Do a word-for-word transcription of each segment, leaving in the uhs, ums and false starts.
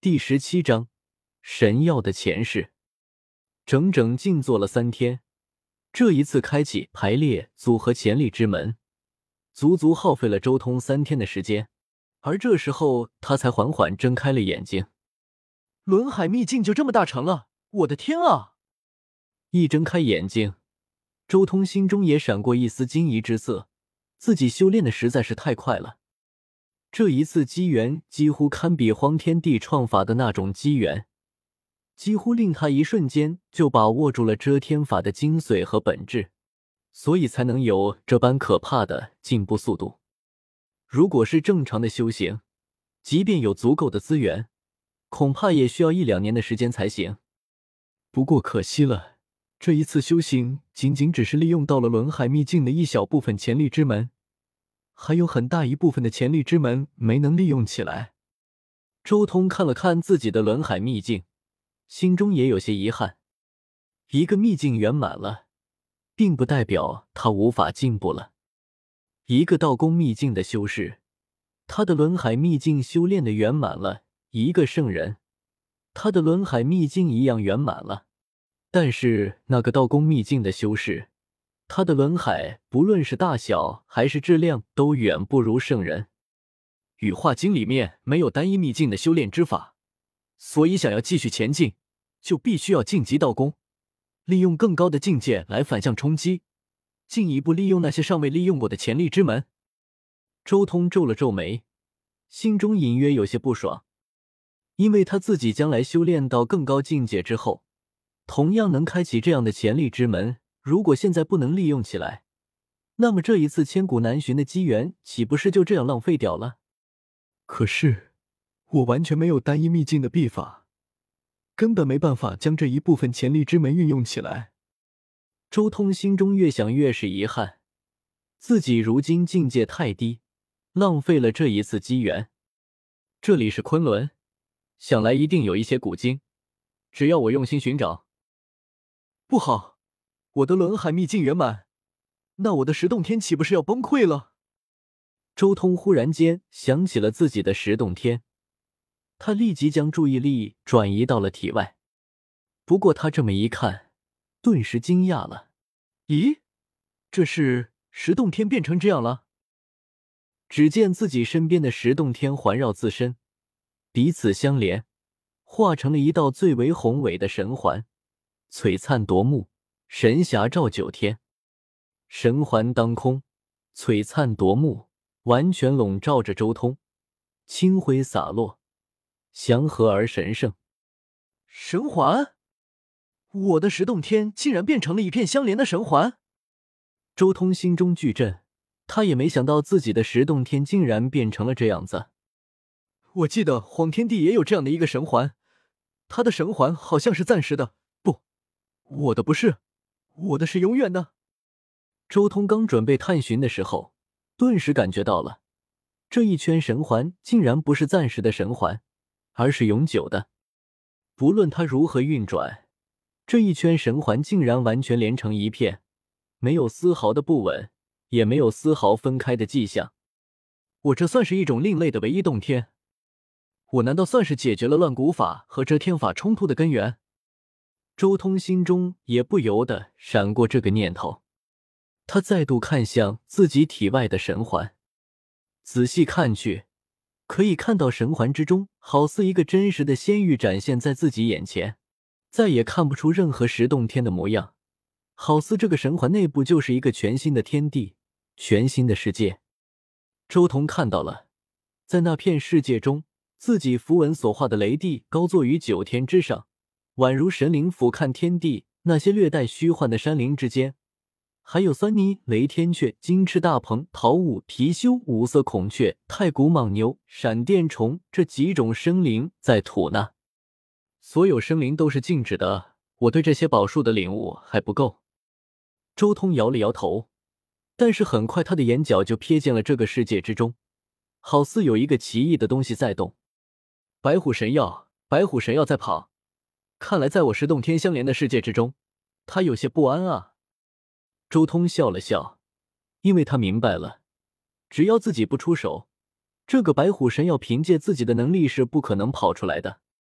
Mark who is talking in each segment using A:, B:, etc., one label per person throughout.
A: 第十七章神药的前世。整整静坐了三天，这一次开启排列组合潜力之门，足足耗费了周通三天的时间。而这时候他才缓缓睁开了眼睛。
B: 轮海秘境就这么大成了，我的天啊！
A: 一睁开眼睛，周通心中也闪过一丝惊疑之色，自己修炼的实在是太快了。这一次机缘几乎堪比荒天地创法的那种机缘，几乎令他一瞬间就把握住了遮天法的精髓和本质，所以才能有这般可怕的进步速度。如果是正常的修行，即便有足够的资源，恐怕也需要一两年的时间才行。不过可惜了，这一次修行仅仅只是利用到了轮海秘境的一小部分潜力之门，还有很大一部分的潜力之门没能利用起来。周通看了看自己的轮海秘境，心中也有些遗憾。一个秘境圆满了，并不代表他无法进步了。一个道宫秘境的修士，他的轮海秘境修炼的圆满了；一个圣人，他的轮海秘境一样圆满了。但是那个道宫秘境的修士，他的轮海不论是大小还是质量都远不如圣人。羽化经里面没有单一秘境的修炼之法，所以想要继续前进，就必须要晋级道宫，利用更高的境界来反向冲击，进一步利用那些尚未利用过的潜力之门。周通皱了皱眉，心中隐约有些不爽，因为他自己将来修炼到更高境界之后，同样能开启这样的潜力之门，如果现在不能利用起来，那么这一次千古难寻的机缘岂不是就这样浪费掉了？可是我完全没有单一秘境的秘法，根本没办法将这一部分潜力之门运用起来。周通心中越想越是遗憾，自己如今境界太低，浪费了这一次机缘。这里是昆仑，想来一定有一些古经，只要我用心寻找。不好，我的轮海秘境圆满，那我的十洞天岂不是要崩溃了？周通忽然间想起了自己的十洞天，他立即将注意力转移到了体外。不过他这么一看，顿时惊讶了。咦，这是十洞天变成这样了？只见自己身边的十洞天环绕自身，彼此相连，化成了一道最为宏伟的神环，璀璨夺目，神霞照九天。神环当空，璀璨夺目，完全笼罩着周通，清辉洒落，祥和而神圣。
B: 神环？我的十洞天竟然变成了一片相连的神环！
A: 周通心中巨震，他也没想到自己的十洞天竟然变成了这样子。我记得黄天帝也有这样的一个神环，他的神环好像是暂时的，不，我的不是，我的是永远的。周通刚准备探寻的时候，顿时感觉到了，这一圈神环竟然不是暂时的神环，而是永久的。不论他如何运转，这一圈神环竟然完全连成一片，没有丝毫的不稳，也没有丝毫分开的迹象。我这算是一种另类的唯一洞天？我难道算是解决了乱古法和遮天法冲突的根源？周通心中也不由得闪过这个念头。他再度看向自己体外的神环，仔细看去，可以看到神环之中好似一个真实的仙域展现在自己眼前，再也看不出任何十洞天的模样，好似这个神环内部就是一个全新的天地，全新的世界。周通看到了，在那片世界中，自己符文所化的雷帝高坐于九天之上，宛如神灵俯瞰天地，那些略带虚幻的山林之间，还有酸泥、雷天雀、金翅大鹏、桃舞、貔貅、五色孔雀、太古蟒牛、闪电虫这几种生灵在吐纳。所有生灵都是静止的，我对这些宝术的领悟还不够。周通摇了摇头，但是很快他的眼角就瞥见了这个世界之中，好似有一个奇异的东西在动。白虎神药，白虎神药在跑，看来在我十洞天相连的世界之中，他有些不安啊。周通笑了笑，因为他明白了，只要自己不出手，这个白虎神药凭借自己的能力是不可能跑出来的。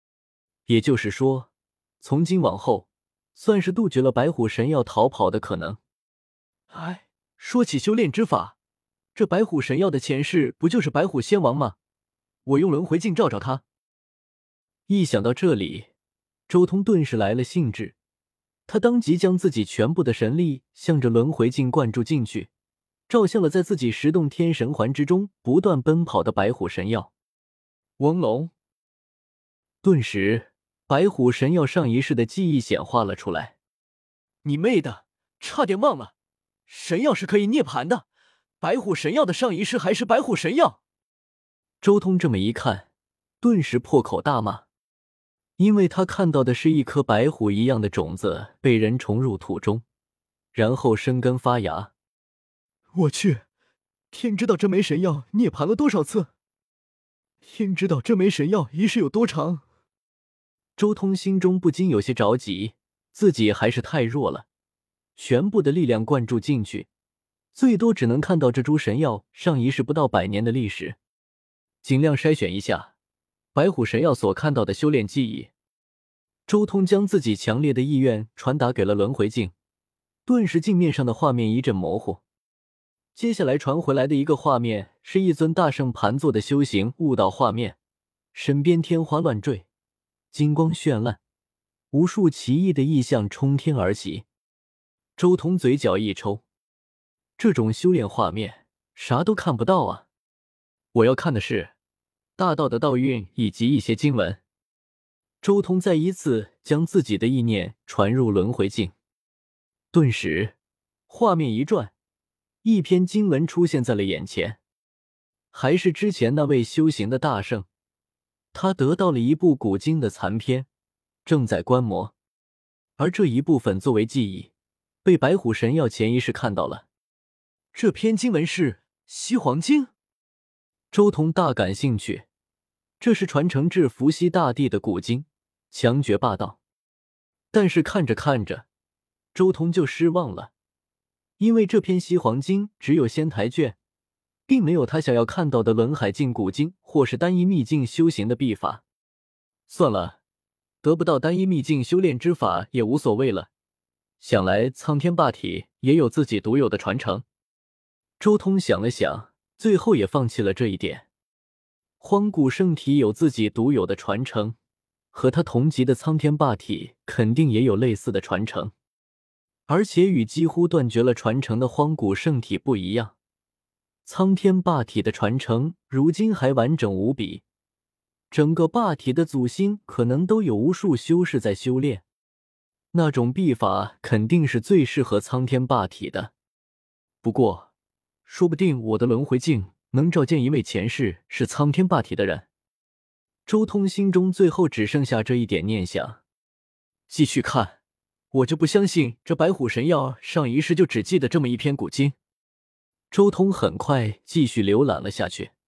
A: 也就是说，从今往后，算是杜绝了白虎神药逃跑的可能。
B: 哎，说起修炼之法，这白虎神药的前世不就是白虎仙王吗？我用轮回镜照照他。
A: 一想到这里，周通顿时来了兴致，他当即将自己全部的神力向着轮回镜灌注进去，照向了在自己十洞天神环之中不断奔跑的白虎神药。
B: 翁龙，
A: 顿时，白虎神药上一世的记忆显化了出来。
B: 你妹的，差点忘了，神药是可以涅槃的，白虎神药的上一世还是白虎神药。
A: 周通这么一看，顿时破口大骂，因为他看到的是一颗白虎一样的种子被人重入土中，然后生根发芽。
B: 我去，天知道这枚神药涅槃了多少次，天知道这枚神药一世有多长。
A: 周通心中不禁有些着急，自己还是太弱了，全部的力量灌注进去，最多只能看到这株神药上一世不到百年的历史，尽量筛选一下白虎神药所看到的修炼记忆。周通将自己强烈的意愿传达给了轮回镜，顿时镜面上的画面一阵模糊。接下来传回来的一个画面是一尊大圣盘坐的修行悟道画面，身边天花乱坠，金光绚烂，无数奇异的异象冲天而起。周通嘴角一抽，这种修炼画面啥都看不到啊！我要看的是大道的道韵以及一些经文。周通再一次将自己的意念传入轮回镜，顿时画面一转，一篇经文出现在了眼前，还是之前那位修行的大圣，他得到了一部古经的残篇，正在观摩，而这一部分作为记忆，被白虎神药潜意识看到了。
B: 这篇经文是西黄经？
A: 周通大感兴趣，这是传承至伏羲大帝的古经，强绝霸道。但是看着看着，周通就失望了，因为这篇西黄经只有仙台卷，并没有他想要看到的轮海境古经或是单一秘境修行的秘法。算了，得不到单一秘境修炼之法也无所谓了，想来苍天霸体也有自己独有的传承。周通想了想，最后也放弃了这一点。荒古圣体有自己独有的传承，和他同级的苍天霸体肯定也有类似的传承，而且与几乎断绝了传承的荒古圣体不一样，苍天霸体的传承如今还完整无比，整个霸体的祖先可能都有无数修士在修炼，那种秘法肯定是最适合苍天霸体的。不过说不定我的轮回镜能照见一位前世是苍天霸体的人。周通心中最后只剩下这一点念想。
B: 继续看，我就不相信这白虎神药上一世就只记得这么一篇古经。
A: 周通很快继续浏览了下去。